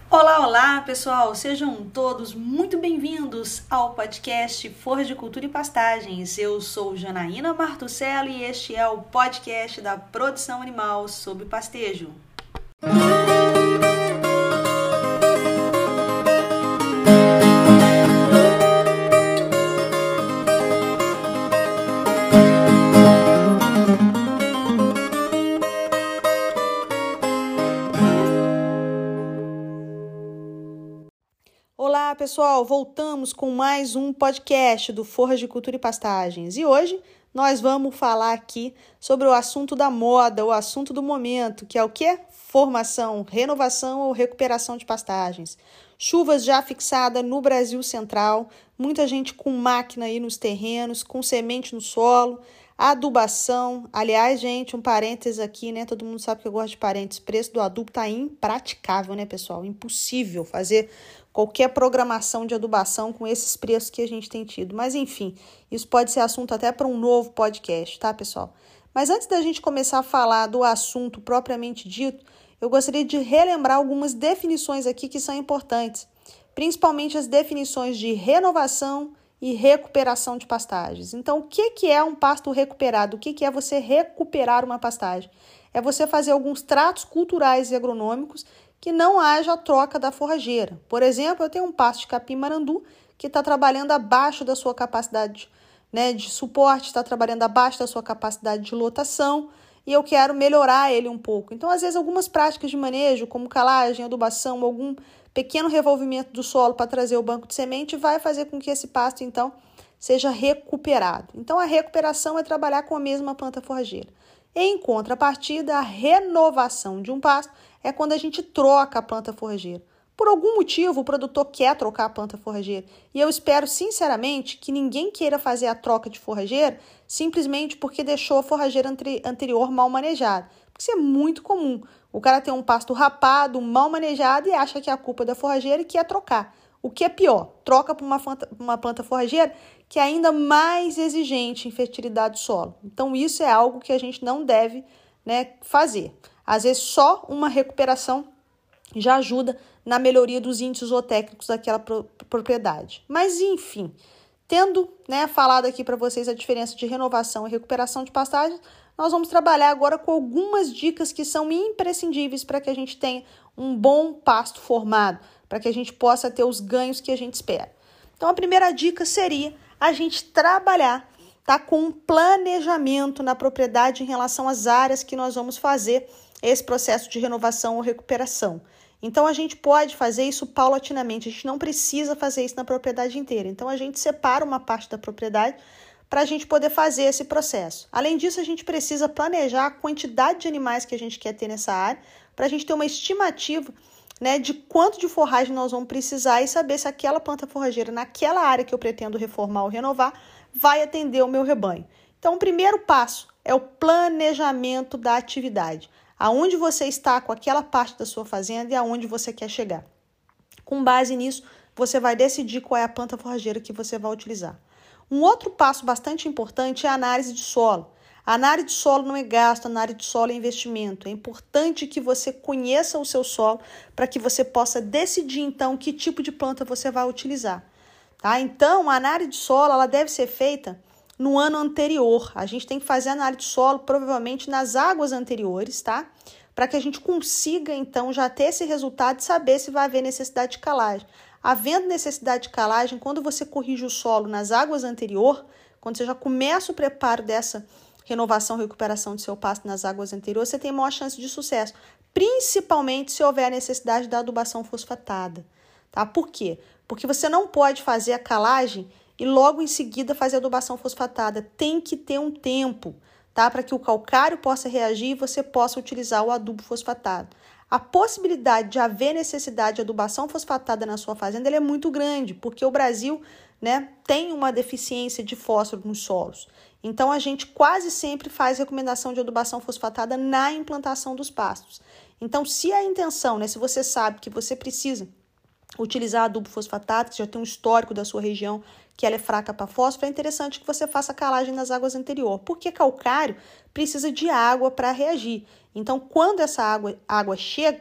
Olá, olá, pessoal! Sejam todos muito bem-vindos ao podcast Forra de Cultura e Pastagens. Eu sou Janaína Martucello e este é o podcast da produção animal sob pastejo. Olá, pessoal! Voltamos com mais um podcast do Forra de Cultura e Pastagens. E hoje nós vamos falar aqui sobre o assunto da moda, o assunto do momento, que é o quê? Formação, renovação ou recuperação de pastagens. Chuvas já fixadas no Brasil Central, muita gente com máquina aí nos terrenos, com semente no solo, adubação. Aliás, gente, um parênteses aqui, né? Todo mundo sabe que eu gosto de parênteses. O preço do adubo tá impraticável, né, pessoal? Impossível fazer qualquer programação de adubação com esses preços que a gente tem tido. Mas, enfim, isso pode ser assunto até para um novo podcast, tá, pessoal? Mas antes da gente começar a falar do assunto propriamente dito, eu gostaria de relembrar algumas definições aqui que são importantes, principalmente as definições de renovação e recuperação de pastagens. Então, o que é um pasto recuperado? O que é você recuperar uma pastagem? É você fazer alguns tratos culturais e agronômicos que não haja a troca da forrageira. Por exemplo, eu tenho um pasto de capim-marandu que está trabalhando abaixo da sua capacidade, né, de suporte, está trabalhando abaixo da sua capacidade de lotação e eu quero melhorar ele um pouco. Então, às vezes, algumas práticas de manejo, como calagem, adubação, algum pequeno revolvimento do solo para trazer o banco de semente vai fazer com que esse pasto, então, seja recuperado. Então, a recuperação é trabalhar com a mesma planta forrageira. Em contrapartida, a renovação de um pasto é quando a gente troca a planta forrageira. Por algum motivo, o produtor quer trocar a planta forrageira. E eu espero, sinceramente, que ninguém queira fazer a troca de forrageira simplesmente porque deixou a forrageira anterior mal manejada. Porque isso é muito comum. O cara tem um pasto rapado, mal manejado e acha que é a culpa da forrageira e quer trocar. O que é pior, troca por uma planta forrageira que é ainda mais exigente em fertilidade do solo. Então, isso é algo que a gente não deve, né, fazer. Às vezes, só uma recuperação já ajuda na melhoria dos índices zootécnicos daquela propriedade. Mas, enfim, tendo, né, falado aqui para vocês a diferença de renovação e recuperação de pastagens, nós vamos trabalhar agora com algumas dicas que são imprescindíveis para que a gente tenha um bom pasto formado, para que a gente possa ter os ganhos que a gente espera. Então, a primeira dica seria a gente trabalhar, tá, com um planejamento na propriedade em relação às áreas que nós vamos fazer esse processo de renovação ou recuperação. Então, a gente pode fazer isso paulatinamente, a gente não precisa fazer isso na propriedade inteira. Então, a gente separa uma parte da propriedade para a gente poder fazer esse processo. Além disso, a gente precisa planejar a quantidade de animais que a gente quer ter nessa área, para a gente ter uma estimativa, né, de quanto de forragem nós vamos precisar e saber se aquela planta forrageira naquela área que eu pretendo reformar ou renovar vai atender o meu rebanho. Então, o primeiro passo é o planejamento da atividade. Aonde você está com aquela parte da sua fazenda e aonde você quer chegar. Com base nisso, você vai decidir qual é a planta forrageira que você vai utilizar. Um outro passo bastante importante é a análise de solo. A análise de solo não é gasto, a análise de solo é investimento. É importante que você conheça o seu solo para que você possa decidir, então, que tipo de planta você vai utilizar. Tá? Então, a análise de solo ela deve ser feita no ano anterior. A gente tem que fazer a análise de solo provavelmente nas águas anteriores, tá? Para que a gente consiga, então, já ter esse resultado e saber se vai haver necessidade de calagem. Havendo necessidade de calagem, quando você corrige o solo nas águas anteriores, quando você já começa o preparo dessa renovação e recuperação do seu pasto nas águas anteriores, você tem maior chance de sucesso, principalmente se houver a necessidade da adubação fosfatada. Tá? Por quê? Porque você não pode fazer a calagem e logo em seguida fazer a adubação fosfatada. Tem que ter um tempo, tá? Para que o calcário possa reagir e você possa utilizar o adubo fosfatado. A possibilidade de haver necessidade de adubação fosfatada na sua fazenda ela é muito grande, porque o Brasil, né, tem uma deficiência de fósforo nos solos. Então, a gente quase sempre faz recomendação de adubação fosfatada na implantação dos pastos. Então, se a intenção, né, se você sabe que você precisa utilizar adubo fosfatado, que já tem um histórico da sua região, que ela é fraca para fósforo, é interessante que você faça a calagem nas águas anteriores, porque calcário precisa de água para reagir. Então, quando essa água chega,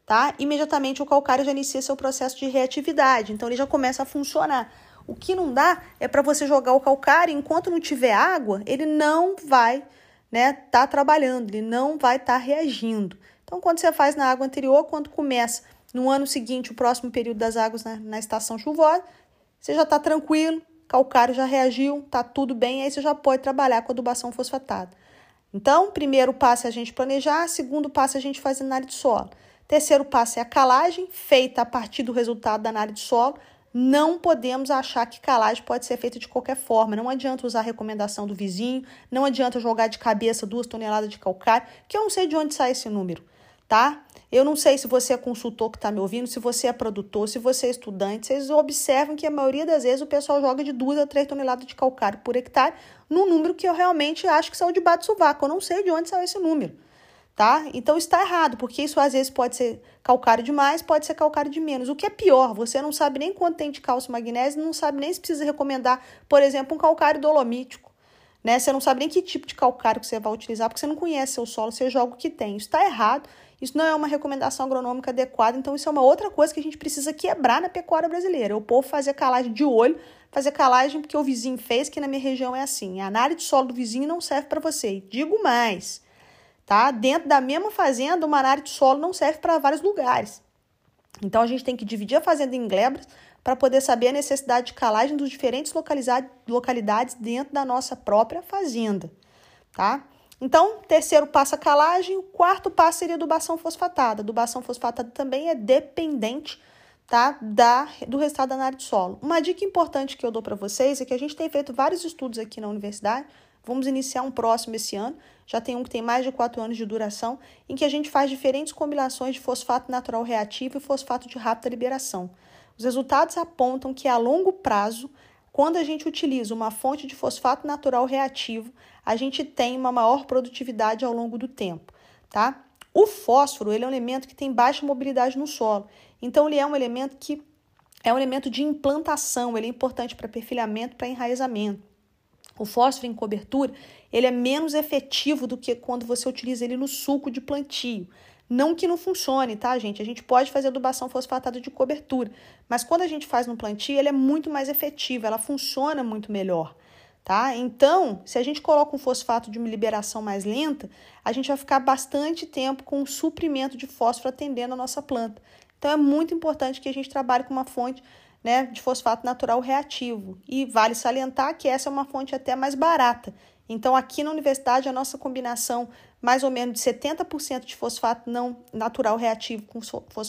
tá? Imediatamente o calcário já inicia seu processo de reatividade, então ele já começa a funcionar. O que não dá é para você jogar o calcário, enquanto não tiver água, ele não vai, né, tá trabalhando, ele não vai estar reagindo. Então, quando você faz na água anterior, quando começa no ano seguinte, o próximo período das águas na estação chuvosa, você já está tranquilo, calcário já reagiu, tá tudo bem, aí você já pode trabalhar com adubação fosfatada. Então, primeiro passo é a gente planejar, segundo passo é a gente fazer análise de solo. Terceiro passo é a calagem, feita a partir do resultado da análise de solo. Não podemos achar que calagem pode ser feita de qualquer forma. Não adianta usar a recomendação do vizinho, não adianta jogar de cabeça 2 toneladas de calcário, que eu não sei de onde sai esse número, tá? Eu não sei se você é consultor que está me ouvindo, se você é produtor, se você é estudante. Vocês observam que a maioria das vezes o pessoal joga de 2 a 3 toneladas de calcário por hectare, num número que eu realmente acho que saiu debaixo do sovaco. Eu não sei de onde saiu esse número, tá? Então está errado, porque isso às vezes pode ser calcário demais, pode ser calcário de menos. O que é pior, você não sabe nem quanto tem de cálcio e magnésio, não sabe nem se precisa recomendar, por exemplo, um calcário dolomítico, né? Você não sabe nem que tipo de calcário que você vai utilizar, porque você não conhece seu solo, você joga o que tem. Isso está errado, isso não é uma recomendação agronômica adequada, então isso é uma outra coisa que a gente precisa quebrar na pecuária brasileira. O povo fazer calagem de olho, fazer calagem porque o vizinho fez, que na minha região é assim. A análise de solo do vizinho não serve para você. E digo mais, tá? Dentro da mesma fazenda, uma análise de solo não serve para vários lugares. Então, a gente tem que dividir a fazenda em glebas para poder saber a necessidade de calagem dos diferentes localidades dentro da nossa própria fazenda, tá? Então, terceiro passo a calagem, o quarto passo seria a adubação fosfatada. A adubação fosfatada também é dependente, tá, do resultado da análise de solo. Uma dica importante que eu dou para vocês é que a gente tem feito vários estudos aqui na universidade. Vamos iniciar um próximo esse ano, já tem um que tem mais de 4 anos de duração, em que a gente faz diferentes combinações de fosfato natural reativo e fosfato de rápida liberação. Os resultados apontam que a longo prazo, quando a gente utiliza uma fonte de fosfato natural reativo, a gente tem uma maior produtividade ao longo do tempo, tá? O fósforo, ele é um elemento que tem baixa mobilidade no solo, então ele é um elemento que é um elemento de implantação, ele é importante para perfilhamento, para enraizamento. O fósforo em cobertura, ele é menos efetivo do que quando você utiliza ele no sulco de plantio. Não que não funcione, tá, gente? A gente pode fazer adubação fosfatada de cobertura, mas quando a gente faz no plantio, ele é muito mais efetivo, ela funciona muito melhor, tá? Então, se a gente coloca um fosfato de uma liberação mais lenta, a gente vai ficar bastante tempo com o suprimento de fósforo atendendo a nossa planta. Então, é muito importante que a gente trabalhe com uma fonte, né, de fosfato natural reativo. E vale salientar que essa é uma fonte até mais barata. Então, aqui na universidade, a nossa combinação mais ou menos de 70% de fosfato não natural reativo com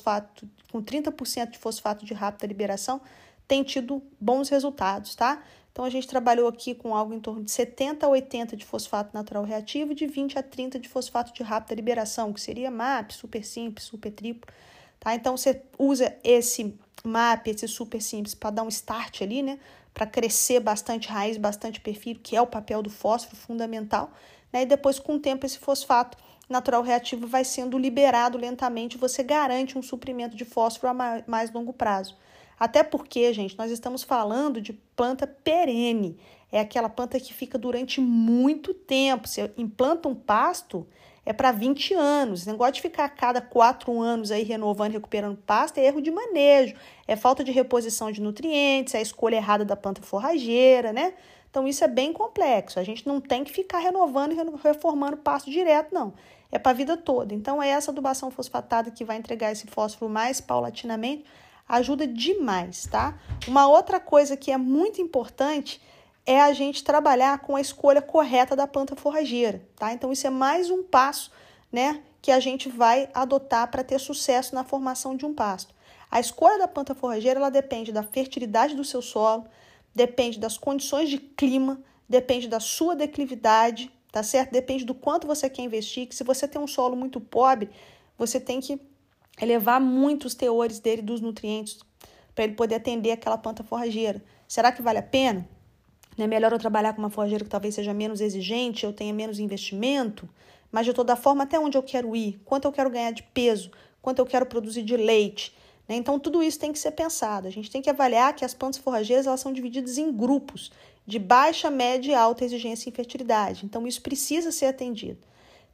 30% de fosfato de rápida liberação tem tido bons resultados, tá? Então, a gente trabalhou aqui com algo em torno de 70 a 80 de fosfato natural reativo e de 20 a 30 de fosfato de rápida liberação, que seria MAP, super simples, super triplo, tá? Então, você usa esse MAP, esse super simples, para dar um start ali, né? Para crescer bastante raiz, bastante perfil, que é o papel do fósforo fundamental, né? E depois, com o tempo, esse fosfato natural reativo vai sendo liberado lentamente, você garante um suprimento de fósforo a mais longo prazo. Até porque, gente, nós estamos falando de planta perene, é aquela planta que fica durante muito tempo. Você implanta um pasto, é para 20 anos. Esse negócio de ficar a cada 4 anos aí renovando, recuperando pasto, é erro de manejo, é falta de reposição de nutrientes, é a escolha errada da planta forrageira, né? Então, isso é bem complexo. A gente não tem que ficar renovando e reformando pasto direto, não. É para a vida toda. Então, é essa adubação fosfatada que vai entregar esse fósforo mais paulatinamente, ajuda demais, tá? Uma outra coisa que é muito importante é a gente trabalhar com a escolha correta da planta forrageira, tá? Então, isso é mais um passo, né, que a gente vai adotar para ter sucesso na formação de um pasto. A escolha da planta forrageira, ela depende da fertilidade do seu solo, depende das condições de clima, depende da sua declividade, tá certo? Depende do quanto você quer investir, que se você tem um solo muito pobre, você tem que elevar muito os teores dele, dos nutrientes, para ele poder atender aquela planta forrageira. Será que vale a pena? Não é melhor eu trabalhar com uma forrageira que talvez seja menos exigente, eu tenha menos investimento, mas de toda forma até onde eu quero ir, quanto eu quero ganhar de peso, quanto eu quero produzir de leite, né? Então tudo isso tem que ser pensado. A gente tem que avaliar que as plantas forrageiras elas são divididas em grupos de baixa, média e alta exigência em fertilidade. Então isso precisa ser atendido.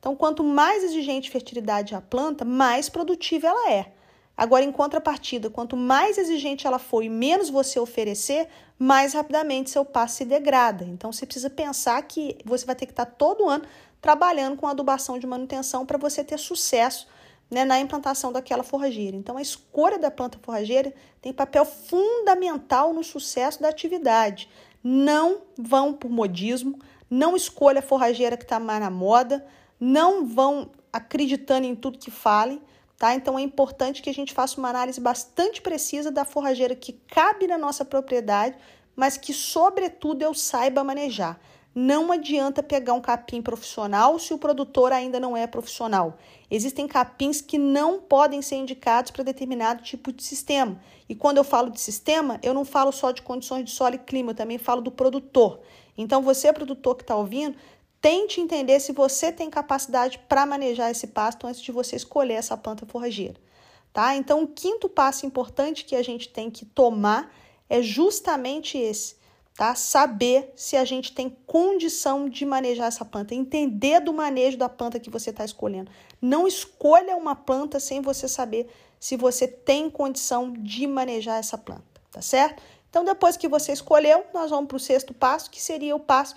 Então, quanto mais exigente fertilidade a planta, mais produtiva ela é. Agora, em contrapartida, quanto mais exigente ela for e menos você oferecer, mais rapidamente seu pasto se degrada. Então, você precisa pensar que você vai ter que estar todo ano trabalhando com adubação de manutenção para você ter sucesso, né, na implantação daquela forrageira. Então, a escolha da planta forrageira tem papel fundamental no sucesso da atividade. Não vão por modismo, não escolha a forrageira que está mais na moda, não vão acreditando em tudo que falem. Tá? Então, é importante que a gente faça uma análise bastante precisa da forrageira que cabe na nossa propriedade, mas que, sobretudo, eu saiba manejar. Não adianta pegar um capim profissional se o produtor ainda não é profissional. Existem capins que não podem ser indicados para determinado tipo de sistema. E quando eu falo de sistema, eu não falo só de condições de solo e clima, eu também falo do produtor. Então, você, produtor que está ouvindo, tente entender se você tem capacidade para manejar esse pasto antes de você escolher essa planta forrageira, tá? Então, o quinto passo importante que a gente tem que tomar é justamente esse, tá? Saber se a gente tem condição de manejar essa planta, entender do manejo da planta que você está escolhendo. Não escolha uma planta sem você saber se você tem condição de manejar essa planta, tá certo? Então, depois que você escolheu, nós vamos para o sexto passo, que seria o passo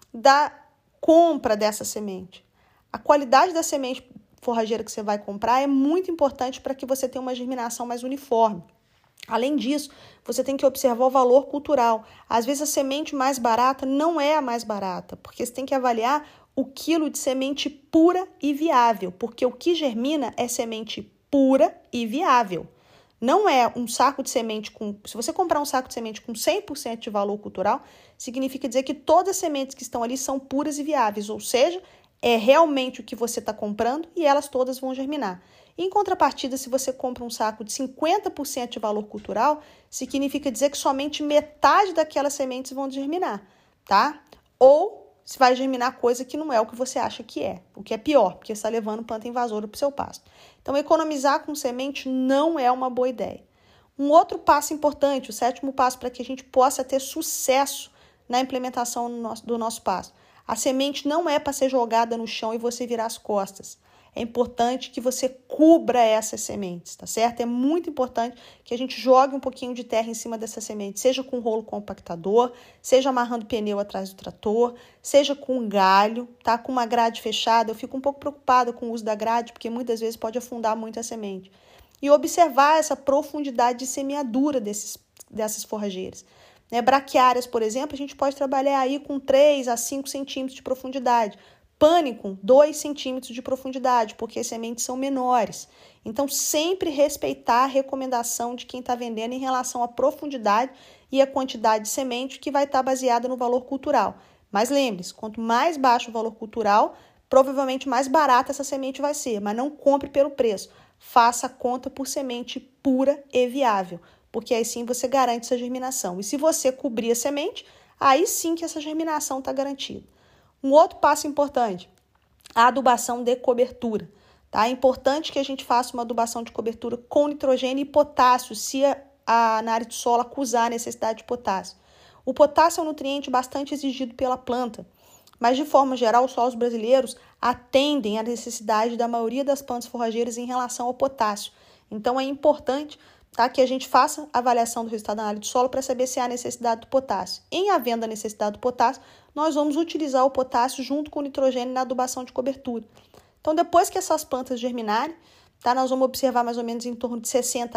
da compra dessa semente. A qualidade da semente forrageira que você vai comprar é muito importante para que você tenha uma germinação mais uniforme. Além disso, você tem que observar o valor cultural. Às vezes a semente mais barata não é a mais barata, porque você tem que avaliar o quilo de semente pura e viável, porque o que germina é semente pura e viável. Não é um saco de semente com... Se você comprar um saco de semente com 100% de valor cultural, significa dizer que todas as sementes que estão ali são puras e viáveis, ou seja, é realmente o que você está comprando e elas todas vão germinar. Em contrapartida, se você compra um saco de 50% de valor cultural, significa dizer que somente metade daquelas sementes vão germinar, tá? Ou se vai germinar coisa que não é o que você acha que é, o que é pior, porque você está levando planta invasora para o seu pasto. Então, economizar com semente não é uma boa ideia. Um outro passo importante, o sétimo passo para que a gente possa ter sucesso na implementação do nosso pasto. A semente não é para ser jogada no chão e você virar as costas. É importante que você cubra essas sementes, tá certo? É muito importante que a gente jogue um pouquinho de terra em cima dessa semente, seja com rolo compactador, seja amarrando pneu atrás do trator, seja com galho, tá? Com uma grade fechada. Eu fico um pouco preocupada com o uso da grade, porque muitas vezes pode afundar muito a semente. E observar essa profundidade de semeadura dessas forrageiras. Braquiárias, por exemplo, a gente pode trabalhar aí com 3 a 5 centímetros de profundidade. Pânico, 2 centímetros de profundidade, porque as sementes são menores. Então, sempre respeitar a recomendação de quem está vendendo em relação à profundidade e a quantidade de semente que vai estar baseada no valor cultural. Mas lembre-se, quanto mais baixo o valor cultural, provavelmente mais barata essa semente vai ser, mas não compre pelo preço. Faça a conta por semente pura e viável, porque aí sim você garante essa germinação. E se você cobrir a semente, aí sim que essa germinação está garantida. Um outro passo importante, a adubação de cobertura. Tá? É importante que a gente faça uma adubação de cobertura com nitrogênio e potássio, se a análise de solo acusar a necessidade de potássio. O potássio é um nutriente bastante exigido pela planta, mas de forma geral os solos brasileiros atendem à necessidade da maioria das plantas forrageiras em relação ao potássio. Então é importante, tá, que a gente faça a avaliação do resultado da análise de solo para saber se há necessidade do potássio. Em havendo a necessidade do potássio, nós vamos utilizar o potássio junto com o nitrogênio na adubação de cobertura. Então, depois que essas plantas germinarem, tá, nós vamos observar mais ou menos em torno de 60% a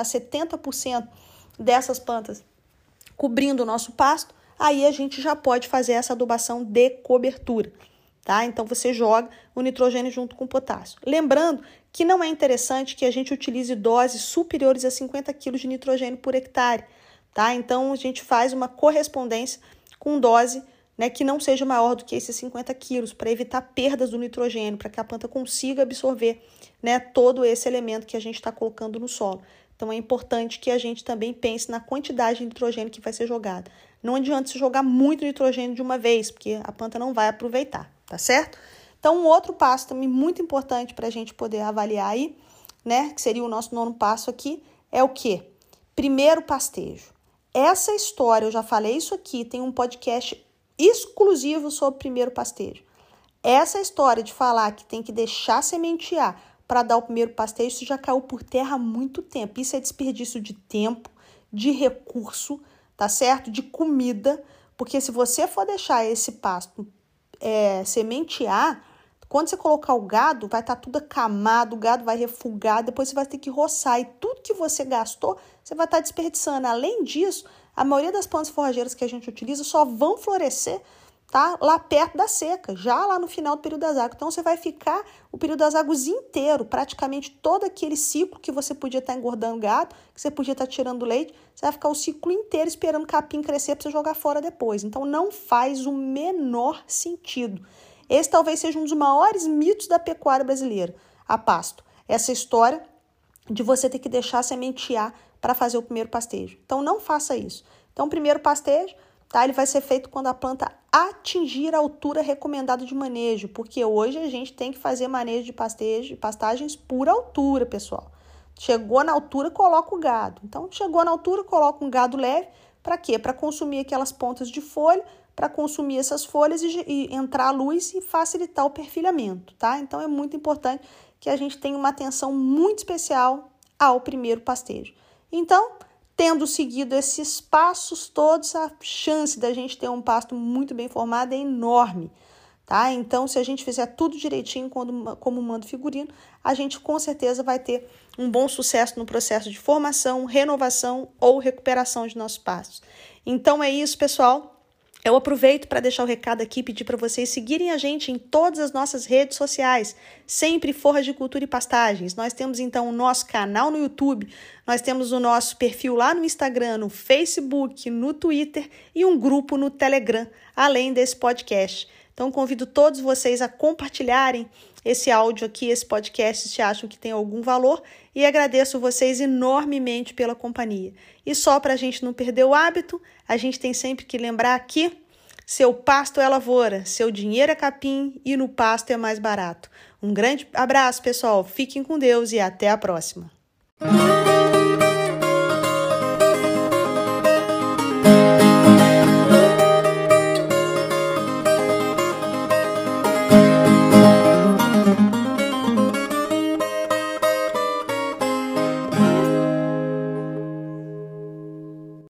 70% dessas plantas cobrindo o nosso pasto, aí a gente já pode fazer essa adubação de cobertura. Tá? Então, você joga o nitrogênio junto com o potássio. Lembrando que não é interessante que a gente utilize doses superiores a 50 kg de nitrogênio por hectare. Tá? Então, a gente faz uma correspondência com dose, né, que não seja maior do que esses 50 quilos, para evitar perdas do nitrogênio, para que a planta consiga absorver, né, todo esse elemento que a gente está colocando no solo. Então, é importante que a gente também pense na quantidade de nitrogênio que vai ser jogada. Não adianta se jogar muito nitrogênio de uma vez, porque a planta não vai aproveitar, tá certo? Então, um outro passo também muito importante para a gente poder avaliar aí, né, que seria o nosso nono passo aqui, é o quê? Primeiro pastejo. Essa história, eu já falei isso aqui, tem um podcast exclusivo sobre primeiro pastejo. essa história de falar que tem que deixar sementear para dar o primeiro pastejo, isso já caiu por terra há muito tempo. Isso é desperdício de tempo, de recurso, tá certo? De comida, porque se você for deixar esse pasto sementear, quando você colocar o gado, vai estar tudo acamado, o gado vai refugar, depois você vai ter que roçar e tudo que você gastou, você vai estar desperdiçando. Além disso, a maioria das plantas forrageiras que a gente utiliza só vão florescer, tá? Lá perto da seca, já lá no final do período das águas. Então, você vai ficar o período das águas inteiro, praticamente todo aquele ciclo que você podia estar engordando gado, que você podia estar tirando leite, você vai ficar o ciclo inteiro esperando o capim crescer para você jogar fora depois. Então, não faz o menor sentido. Esse talvez seja um dos maiores mitos da pecuária brasileira, a pasto. Essa história de você ter que deixar sementear para fazer o primeiro pastejo. Então, não faça isso. Então, o primeiro pastejo, tá? Ele vai ser feito quando a planta atingir a altura recomendada de manejo, porque hoje a gente tem que fazer manejo de pastagens por altura, pessoal. Chegou na altura, coloca o gado. Então, chegou na altura, coloca um gado leve. Para quê? Para consumir aquelas pontas de folha, para consumir essas folhas e entrar a luz e facilitar o perfilhamento, tá? Então, é muito importante que a gente tenha uma atenção muito especial ao primeiro pastejo. Então, tendo seguido esses passos todos, a chance da gente ter um pasto muito bem formado é enorme, tá? Então, se a gente fizer tudo direitinho como manda o figurino, a gente com certeza vai ter um bom sucesso no processo de formação, renovação ou recuperação de nossos pastos. Então, é isso, pessoal. Eu aproveito para deixar o recado aqui e pedir para vocês seguirem a gente em todas as nossas redes sociais, sempre Forras de Cultura e Pastagens. Nós temos, então, o nosso canal no YouTube, nós temos o nosso perfil lá no Instagram, no Facebook, no Twitter e um grupo no Telegram, além desse podcast. Então, convido todos vocês a compartilharem esse áudio aqui, esse podcast, se acham que tem algum valor, e agradeço vocês enormemente pela companhia. E só para a gente não perder o hábito, a gente tem sempre que lembrar que seu pasto é lavoura, seu dinheiro é capim e no pasto é mais barato. Um grande abraço, pessoal. Fiquem com Deus e até a próxima.